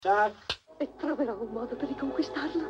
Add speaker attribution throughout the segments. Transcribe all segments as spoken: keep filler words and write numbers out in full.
Speaker 1: Jack.
Speaker 2: E troverò un modo per riconquistarlo.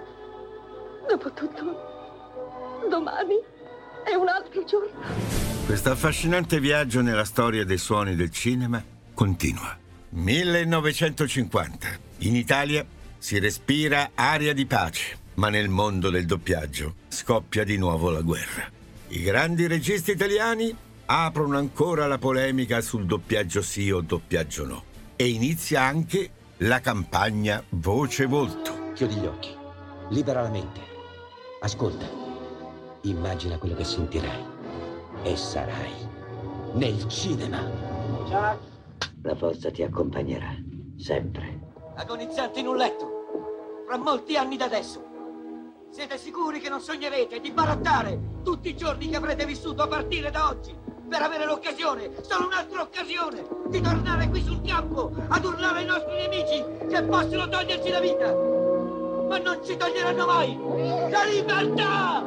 Speaker 2: Dopotutto, domani è un altro giorno.
Speaker 3: Questo affascinante viaggio nella storia dei suoni del cinema continua. millenovecentocinquanta. In Italia si respira aria di pace, ma nel mondo del doppiaggio scoppia di nuovo la guerra. I grandi registi italiani aprono ancora la polemica sul doppiaggio sì o doppiaggio no. E inizia anche la campagna Voce Volto.
Speaker 4: Chiudi gli occhi, libera la mente, ascolta, immagina quello che sentirai e sarai nel cinema.
Speaker 1: Jack.
Speaker 4: La forza ti accompagnerà, sempre.
Speaker 5: Agonizzante in un letto, fra molti anni da adesso. Siete sicuri che non sognerete di barattare tutti i giorni che avrete vissuto a partire da oggi per avere l'occasione, solo un'altra occasione, di tornare qui sul campo ad urlare ai nostri nemici che possono toglierci la vita, ma non ci toglieranno mai la libertà!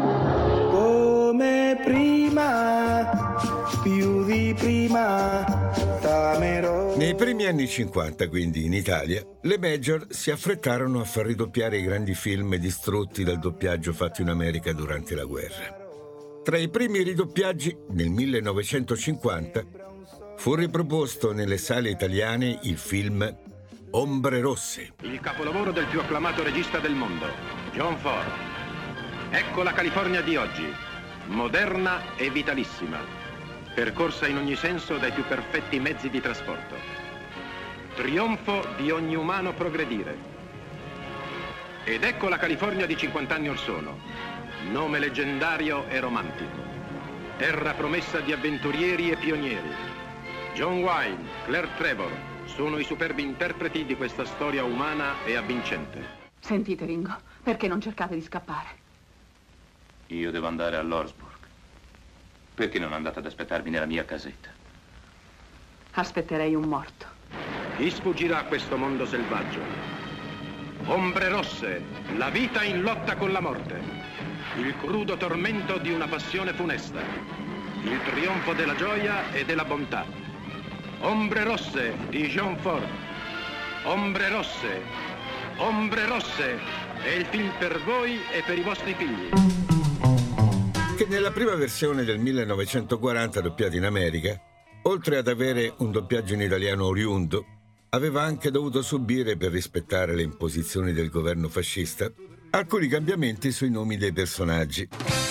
Speaker 6: Come prima, più di prima, t'amerò.
Speaker 3: Nei primi anni cinquanta, quindi, in Italia, le major si affrettarono a far ridoppiare i grandi film distrutti dal doppiaggio fatto in America durante la guerra. Tra i primi ridoppiaggi, nel millenovecentocinquanta, fu riproposto nelle sale italiane il film Ombre Rosse.
Speaker 7: Il capolavoro del più acclamato regista del mondo, John Ford. Ecco la California di oggi, moderna e vitalissima, percorsa in ogni senso dai più perfetti mezzi di trasporto. Trionfo di ogni umano progredire. Ed ecco la California di cinquant'anni or sono, nome leggendario e romantico, terra promessa di avventurieri e pionieri. John Wayne, Claire Trevor sono i superbi interpreti di questa storia umana e avvincente.
Speaker 8: Sentite, Ringo, perché non cercate di scappare?
Speaker 9: Io devo andare all'Orsburg. Perché non andate ad aspettarmi nella mia casetta?
Speaker 8: Aspetterei un morto.
Speaker 7: Chi sfuggirà a questo mondo selvaggio? Ombre rosse, la vita in lotta con la morte. Il crudo tormento di una passione funesta. Il trionfo della gioia e della bontà. Ombre rosse di John Ford. Ombre rosse. Ombre rosse. È il film per voi e per i vostri figli.
Speaker 3: Che nella prima versione del millenovecentoquaranta, doppiata in America, oltre ad avere un doppiaggio in italiano oriundo, aveva anche dovuto subire, per rispettare le imposizioni del governo fascista, alcuni cambiamenti sui nomi dei personaggi.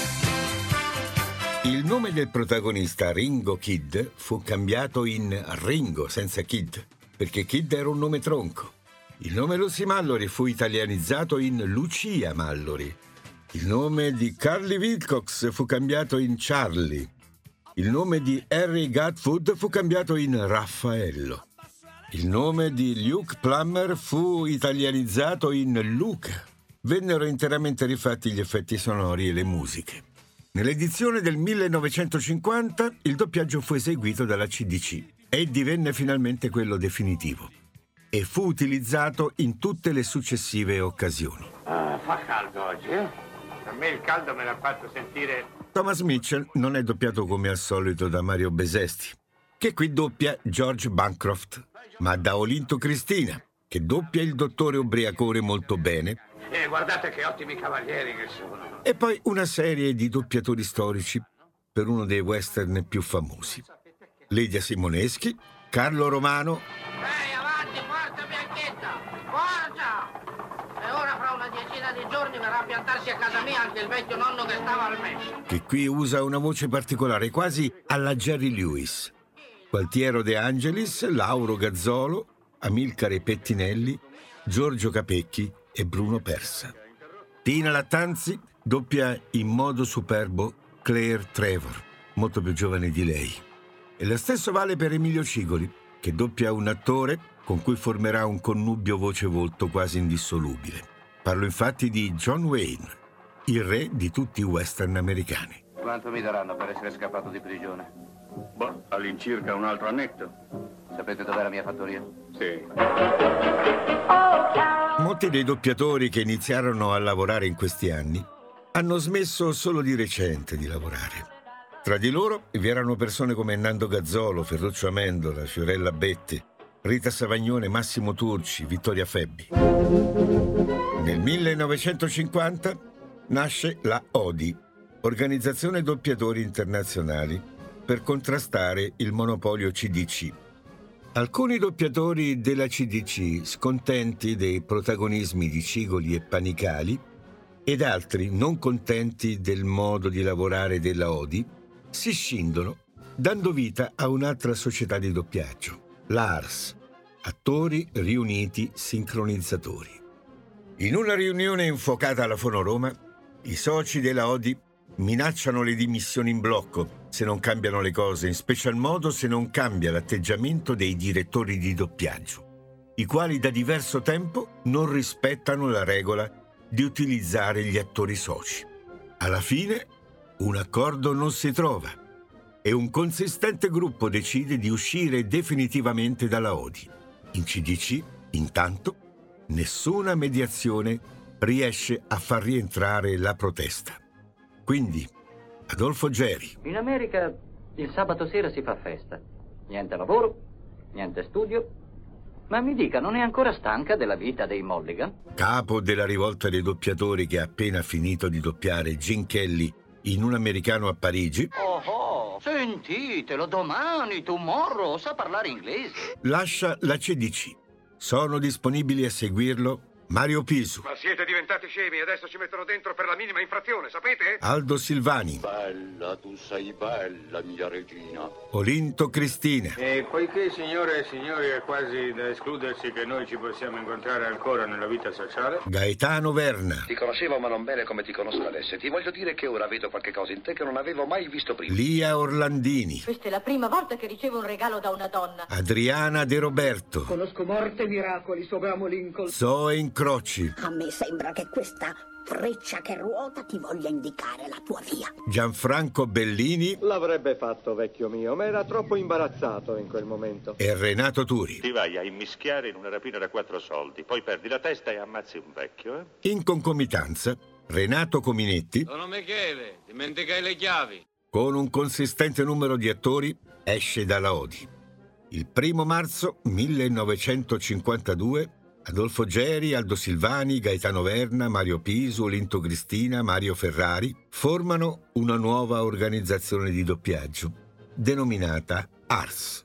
Speaker 3: Il nome del protagonista, Ringo Kid, fu cambiato in Ringo senza Kid, perché Kid era un nome tronco. Il nome Lucy Mallory fu italianizzato in Lucia Mallory. Il nome di Carly Wilcox fu cambiato in Charlie. Il nome di Harry Gatwood fu cambiato in Raffaello. Il nome di Luke Plummer fu italianizzato in Luca. Vennero interamente rifatti gli effetti sonori e le musiche. Nell'edizione del millenovecentocinquanta il doppiaggio fu eseguito dalla C D C e divenne finalmente quello definitivo. E fu utilizzato in tutte le successive occasioni.
Speaker 10: Ah, fa caldo oggi, eh? A me il caldo me l'ha fatto sentire...
Speaker 3: Thomas Mitchell non è doppiato come al solito da Mario Besesti, che qui doppia George Bancroft, ma da Olinto Cristina, che doppia il dottore ubriacone molto bene.
Speaker 10: E guardate che ottimi cavalieri che sono.
Speaker 3: E poi una serie di doppiatori storici per uno dei western più famosi. Lidia Simoneschi, Carlo Romano.
Speaker 11: Ehi, avanti, forza Bianchetta, forza! E ora fra una decina di giorni verrà a piantarsi a casa mia anche il vecchio nonno che stava al Messico.
Speaker 3: Che qui usa una voce particolare, quasi alla Jerry Lewis. Gualtiero De Angelis, Lauro Gazzolo, Amilcare Pettinelli, Giorgio Capecchi e Bruno Persa. Tina Lattanzi doppia in modo superbo Claire Trevor, molto più giovane di lei. E lo stesso vale per Emilio Cigoli, che doppia un attore con cui formerà un connubio voce-volto quasi indissolubile. Parlo infatti di John Wayne, il re di tutti i western americani.
Speaker 9: Quanto mi daranno per essere scappato di prigione?
Speaker 10: Boh, all'incirca un altro annetto.
Speaker 9: Sapete dov'è la mia fattoria?
Speaker 10: Sì.
Speaker 3: Molti dei doppiatori che iniziarono a lavorare in questi anni hanno smesso solo di recente di lavorare. Tra di loro vi erano persone come Nando Gazzolo, Ferruccio Amendola, Fiorella Betti, Rita Savagnone, Massimo Turci, Vittoria Febbi. Nel millenovecentocinquanta nasce la O D I, Organizzazione Doppiatori Internazionali, per contrastare il monopolio C D C. Alcuni doppiatori della C D C, scontenti dei protagonismi di Cigoli e Panicali, ed altri non contenti del modo di lavorare della O D I, si scindono, dando vita a un'altra società di doppiaggio, l'A R S, Attori Riuniti Sincronizzatori. In una riunione infuocata alla Fonoroma, i soci della O D I minacciano le dimissioni in blocco se non cambiano le cose, in special modo se non cambia l'atteggiamento dei direttori di doppiaggio, i quali da diverso tempo non rispettano la regola di utilizzare gli attori soci. Alla fine un accordo non si trova e un consistente gruppo decide di uscire definitivamente dalla O D I. In C D C, intanto, nessuna mediazione riesce a far rientrare la protesta. Quindi, Adolfo Geri.
Speaker 1: In America il sabato sera si fa festa. Niente lavoro, niente studio. Ma mi dica, non è ancora stanca della vita dei Mulligan?
Speaker 3: Capo della rivolta dei doppiatori che ha appena finito di doppiare Gene Kelly in Un americano a Parigi.
Speaker 1: Oh, oh, sentitelo, domani, tomorrow, sa parlare inglese.
Speaker 3: Lascia la C D C. Sono disponibili a seguirlo Mario Pisu.
Speaker 12: Ma siete diventati scemi e adesso ci mettono dentro per la minima infrazione, sapete?
Speaker 3: Aldo Silvani.
Speaker 13: Bella, tu sei bella, mia regina.
Speaker 3: Olinto Cristina.
Speaker 10: E poiché, signore e signori, è quasi da escludersi che noi ci possiamo incontrare ancora nella vita sociale.
Speaker 3: Gaetano Verna.
Speaker 14: Ti conoscevo ma non bene come ti conosco adesso. Ti voglio dire che ora vedo qualche cosa in te che non avevo mai visto prima.
Speaker 3: Lia Orlandini.
Speaker 15: Questa è la prima volta che ricevo un regalo da una donna.
Speaker 3: Adriana De Roberto.
Speaker 16: Conosco morte e miracoli su Abramo Lincoln.
Speaker 3: Zoe Incroci.
Speaker 17: A me sembra che questa freccia che ruota ti voglia indicare la tua via.
Speaker 3: Gianfranco Bellini.
Speaker 18: L'avrebbe fatto, vecchio mio, ma era troppo imbarazzato in quel momento.
Speaker 3: E Renato Turi.
Speaker 19: Ti vai a immischiare in una rapina da quattro soldi, poi perdi la testa e ammazzi un vecchio, eh?
Speaker 3: In concomitanza, Renato Cominetti.
Speaker 20: Sono Michele, dimenticai le chiavi.
Speaker 3: Con un consistente numero di attori, esce dalla O D I. Il primo marzo millenovecentocinquantadue Adolfo Geri, Aldo Silvani, Gaetano Verna, Mario Pisu, Olinto Cristina, Mario Ferrari formano una nuova organizzazione di doppiaggio denominata A R S,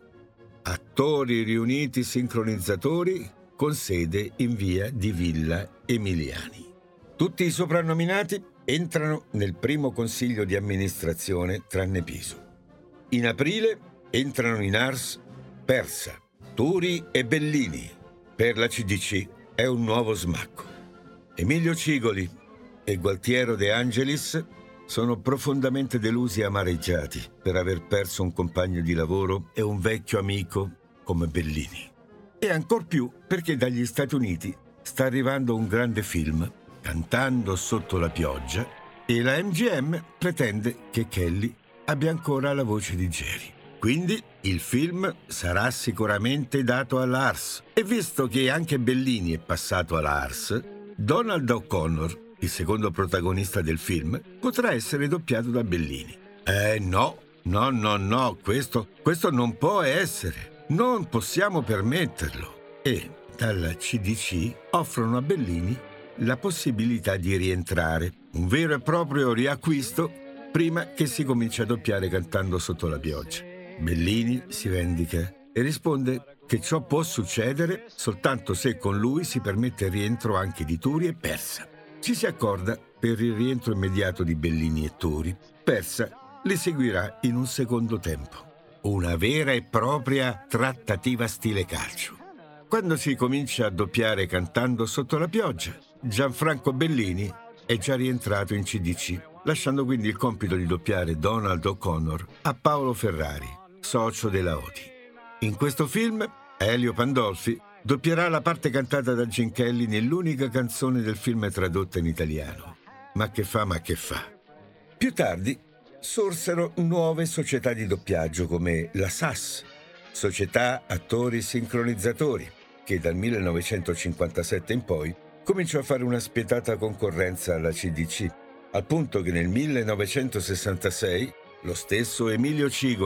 Speaker 3: Attori Riuniti Sincronizzatori, con sede in via di Villa Emiliani. Tutti i soprannominati entrano nel primo consiglio di amministrazione tranne Pisu. In aprile entrano in A R S Persa, Turi e Bellini. Per la C D C è un nuovo smacco. Emilio Cigoli e Gualtiero De Angelis sono profondamente delusi e amareggiati per aver perso un compagno di lavoro e un vecchio amico come Bellini. E ancor più perché dagli Stati Uniti sta arrivando un grande film, Cantando sotto la pioggia, e la M G M pretende che Kelly abbia ancora la voce di Geri. Quindi il film sarà sicuramente dato alla A R S. E visto che anche Bellini è passato alla A R S, Donald O'Connor, il secondo protagonista del film, potrà essere doppiato da Bellini. Eh no, no, no, no, questo, questo non può essere. Non possiamo permetterlo. E dalla C D C offrono a Bellini la possibilità di rientrare. Un vero e proprio riacquisto prima che si cominci a doppiare Cantando sotto la pioggia. Bellini si vendica e risponde che ciò può succedere soltanto se con lui si permette il rientro anche di Turi e Persa. Ci si accorda per il rientro immediato di Bellini e Turi. Persa li seguirà in un secondo tempo. Una vera e propria trattativa stile calcio. Quando si comincia a doppiare Cantando sotto la pioggia, Gianfranco Bellini è già rientrato in C D C, lasciando quindi il compito di doppiare Donald O'Connor a Paolo Ferrari, socio della O D I. In questo film, Elio Pandolfi doppierà la parte cantata da Gene Kelly nell'unica canzone del film tradotta in italiano, Ma che fa, ma che fa. Più tardi sorsero nuove società di doppiaggio come la S A S, Società Attori Sincronizzatori, che dal millenovecentocinquantasette in poi cominciò a fare una spietata concorrenza alla C D C, al punto che nel millenovecentosessantasei lo stesso Emilio Cigoli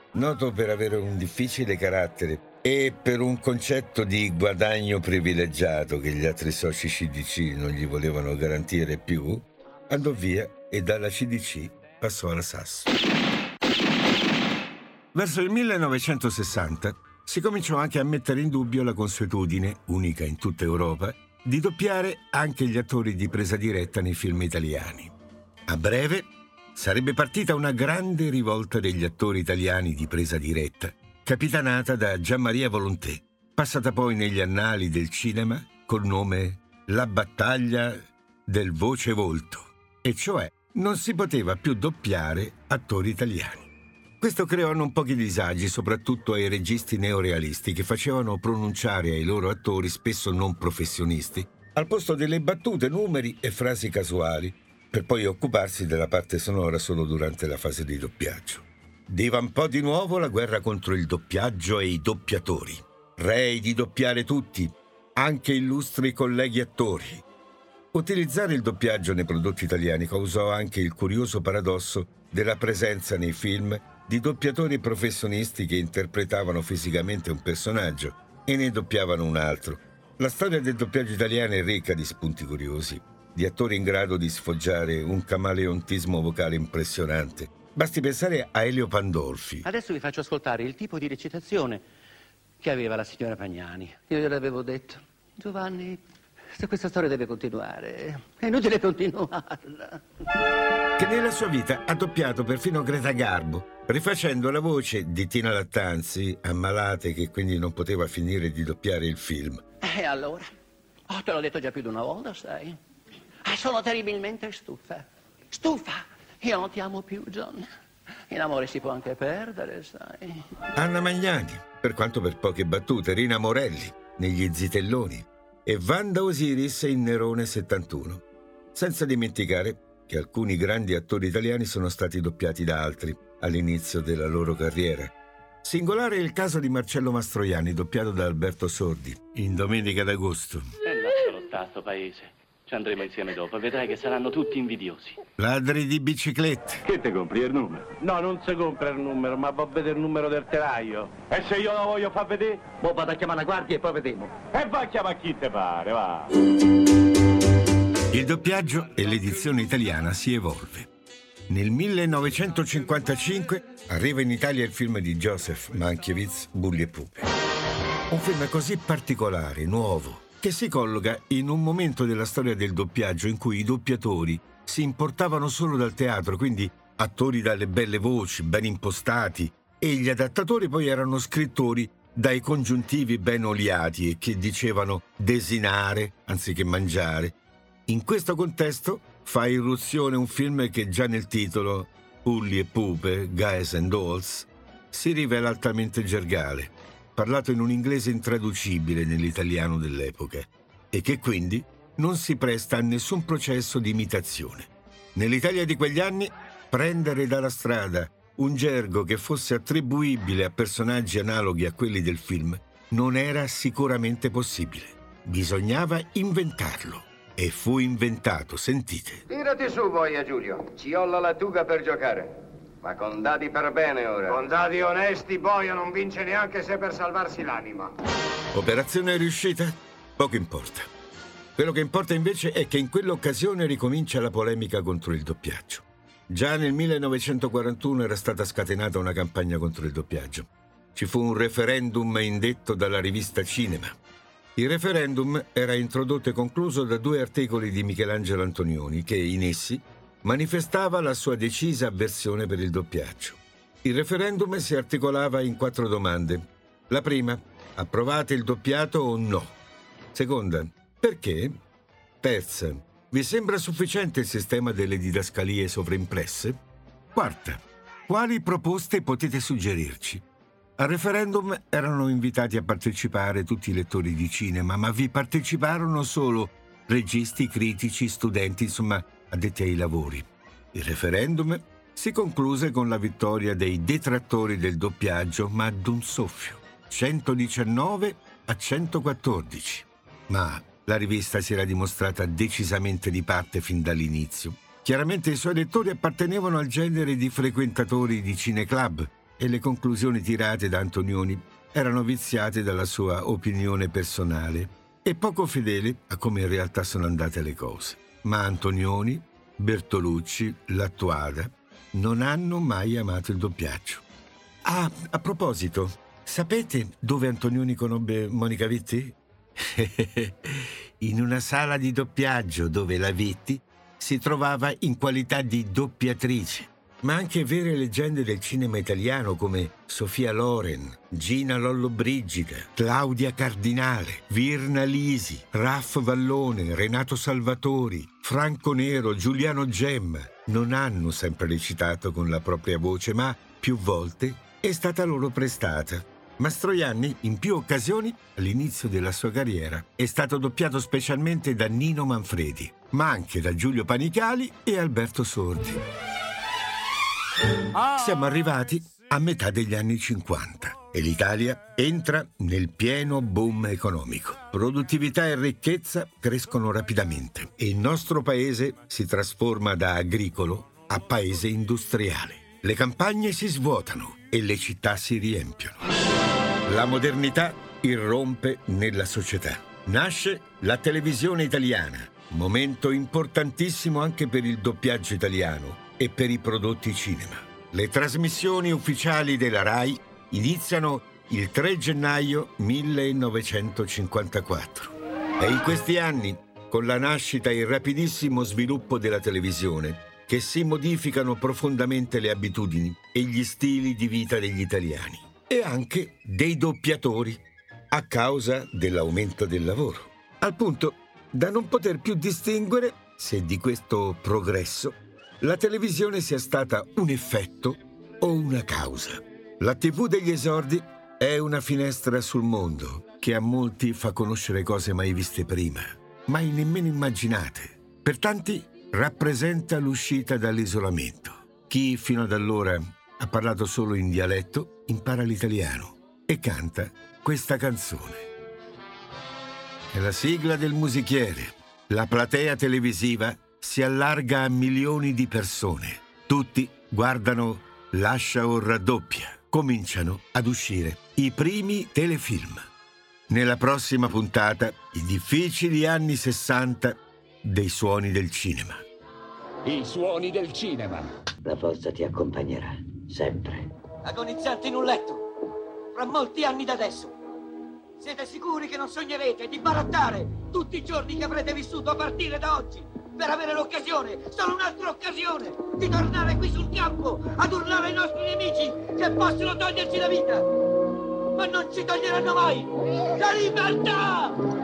Speaker 3: noto per avere un difficile carattere e per un concetto di guadagno privilegiato che gli altri soci C D C non gli volevano garantire più, andò via e dalla C D C passò alla Sasso. Verso il millenovecentosessanta si cominciò anche a mettere in dubbio la consuetudine, unica in tutta Europa, di doppiare anche gli attori di presa diretta nei film italiani. A breve sarebbe partita una grande rivolta degli attori italiani di presa diretta, capitanata da Gianmaria Volonté, passata poi negli annali del cinema col nome La battaglia del voce-volto, e cioè non si poteva più doppiare attori italiani. Questo creò non pochi disagi, soprattutto ai registi neorealisti che facevano pronunciare ai loro attori, spesso non professionisti, al posto delle battute, numeri e frasi casuali, per poi occuparsi della parte sonora solo durante la fase di doppiaggio. Divampò di nuovo la guerra contro il doppiaggio e i doppiatori. Rei di doppiare tutti, anche illustri colleghi attori. Utilizzare il doppiaggio nei prodotti italiani causò anche il curioso paradosso della presenza nei film di doppiatori professionisti che interpretavano fisicamente un personaggio e ne doppiavano un altro. La storia del doppiaggio italiano è ricca di spunti curiosi, di attori in grado di sfoggiare un camaleontismo vocale impressionante. Basti pensare a Elio Pandolfi.
Speaker 21: Adesso vi faccio ascoltare il tipo di recitazione che aveva la signora Pagnani. Io gliel'avevo detto. Giovanni, se questa storia deve continuare, è inutile continuarla.
Speaker 3: Che nella sua vita ha doppiato perfino Greta Garbo, rifacendo la voce di Tina Lattanzi, ammalata e che quindi non poteva finire di doppiare il film.
Speaker 21: E allora? Oh, te l'ho detto già più di una volta, sai? Ah, sono terribilmente stufa. Stufa! Io non ti amo più, John. In amore si può anche perdere, sai?
Speaker 3: Anna Magnani, per quanto per poche battute, Rina Morelli, negli Zitelloni, e Wanda Osiris in Nerone settantuno. Senza dimenticare che alcuni grandi attori italiani sono stati doppiati da altri all'inizio della loro carriera. Singolare è il caso di Marcello Mastroianni, doppiato da Alberto Sordi, in Domenica d'Agosto.
Speaker 21: E lascialo sta, sto paese. Ci andremo insieme dopo e vedrai che saranno tutti invidiosi.
Speaker 3: Ladri di biciclette.
Speaker 22: Che te compri il numero?
Speaker 23: No, non si compra il numero, ma va a vedere il numero del telaio.
Speaker 22: E se io lo voglio far vedere?
Speaker 23: Mo vado a chiamare la guardia e poi vediamo.
Speaker 22: E va a chiamare chi te pare, va.
Speaker 3: Il doppiaggio e l'edizione italiana si evolve. Nel millenovecentocinquantacinque arriva in Italia il film di Joseph Mankiewicz, Bulli e Pupe. Un film così particolare, nuovo, che si colloca in un momento della storia del doppiaggio in cui i doppiatori si importavano solo dal teatro, quindi attori dalle belle voci, ben impostati, e gli adattatori poi erano scrittori dai congiuntivi ben oliati e che dicevano desinare anziché mangiare. In questo contesto fa irruzione un film che già nel titolo, Bulli e Pupe, Guys and Dolls, si rivela altamente gergale, parlato in un inglese intraducibile nell'italiano dell'epoca, e che quindi non si presta a nessun processo di imitazione. Nell'Italia di quegli anni, prendere dalla strada un gergo che fosse attribuibile a personaggi analoghi a quelli del film non era sicuramente possibile. Bisognava inventarlo. E fu inventato, sentite.
Speaker 24: Tirati su, boia Giulio. Ci ho la lattuga per giocare. Ma con dadi per bene ora.
Speaker 12: Con dadi onesti, boia non vince neanche se per salvarsi l'anima.
Speaker 3: Operazione riuscita? Poco importa. Quello che importa invece è che in quell'occasione ricomincia la polemica contro il doppiaggio. Già nel millenovecentoquarantuno era stata scatenata una campagna contro il doppiaggio. Ci fu un referendum indetto dalla rivista Cinema. Il referendum era introdotto e concluso da due articoli di Michelangelo Antonioni che, in essi, manifestava la sua decisa avversione per il doppiaggio. Il referendum si articolava in quattro domande. La prima, approvate il doppiato o no? Seconda, perché? Terza, vi sembra sufficiente il sistema delle didascalie sovraimpresse? Quarta, quali proposte potete suggerirci? Al referendum erano invitati a partecipare tutti i lettori di cinema, ma vi parteciparono solo registi, critici, studenti, insomma, addetti ai lavori. Il referendum si concluse con la vittoria dei detrattori del doppiaggio, ma ad un soffio, centodiciannove a centoquattordici. Ma la rivista si era dimostrata decisamente di parte fin dall'inizio. Chiaramente i suoi lettori appartenevano al genere di frequentatori di cineclub, e le conclusioni tirate da Antonioni erano viziate dalla sua opinione personale e poco fedele a come in realtà sono andate le cose. Ma Antonioni, Bertolucci, Lattuada non hanno mai amato il doppiaggio. Ah, a proposito, sapete dove Antonioni conobbe Monica Vitti? In una sala di doppiaggio dove la Vitti si trovava in qualità di doppiatrice. Ma anche vere leggende del cinema italiano come Sofia Loren, Gina Lollobrigida, Claudia Cardinale, Virna Lisi, Raff Vallone, Renato Salvatori, Franco Nero, Giuliano Gemma non hanno sempre recitato con la propria voce, ma più volte è stata loro prestata. Mastroianni, in più occasioni, all'inizio della sua carriera, è stato doppiato specialmente da Nino Manfredi, ma anche da Giulio Panicali e Alberto Sordi. Siamo arrivati a metà degli anni cinquanta e l'Italia entra nel pieno boom economico. Produttività e ricchezza crescono rapidamente e il nostro paese si trasforma da agricolo a paese industriale. Le campagne si svuotano e le città si riempiono. La modernità irrompe nella società. Nasce la televisione italiana, momento importantissimo anche per il doppiaggio italiano e per i prodotti cinema. Le trasmissioni ufficiali della RAI iniziano il tre gennaio millenovecentocinquantaquattro. E in questi anni, con la nascita e il rapidissimo sviluppo della televisione, che si modificano profondamente le abitudini e gli stili di vita degli italiani e anche dei doppiatori a causa dell'aumento del lavoro, al punto da non poter più distinguere se di questo progresso la televisione sia stata un effetto o una causa. La tivù degli esordi è una finestra sul mondo che a molti fa conoscere cose mai viste prima, mai nemmeno immaginate. Per tanti rappresenta l'uscita dall'isolamento. Chi fino ad allora ha parlato solo in dialetto impara l'italiano e canta questa canzone. È la sigla del musichiere. La platea televisiva si allarga a milioni di persone. Tutti guardano Lascia o raddoppia. Cominciano ad uscire i primi telefilm. Nella prossima puntata, i difficili anni sessanta dei suoni del cinema.
Speaker 2: I suoni del cinema.
Speaker 4: La forza ti accompagnerà, sempre.
Speaker 5: Agonizzante in un letto, fra molti anni da adesso. Siete sicuri che non sognerete di barattare tutti i giorni che avrete vissuto a partire da oggi per avere l'occasione, solo un'altra occasione, di tornare qui sul campo ad urlare ai nostri nemici che possono toglierci la vita, ma non ci toglieranno mai la libertà!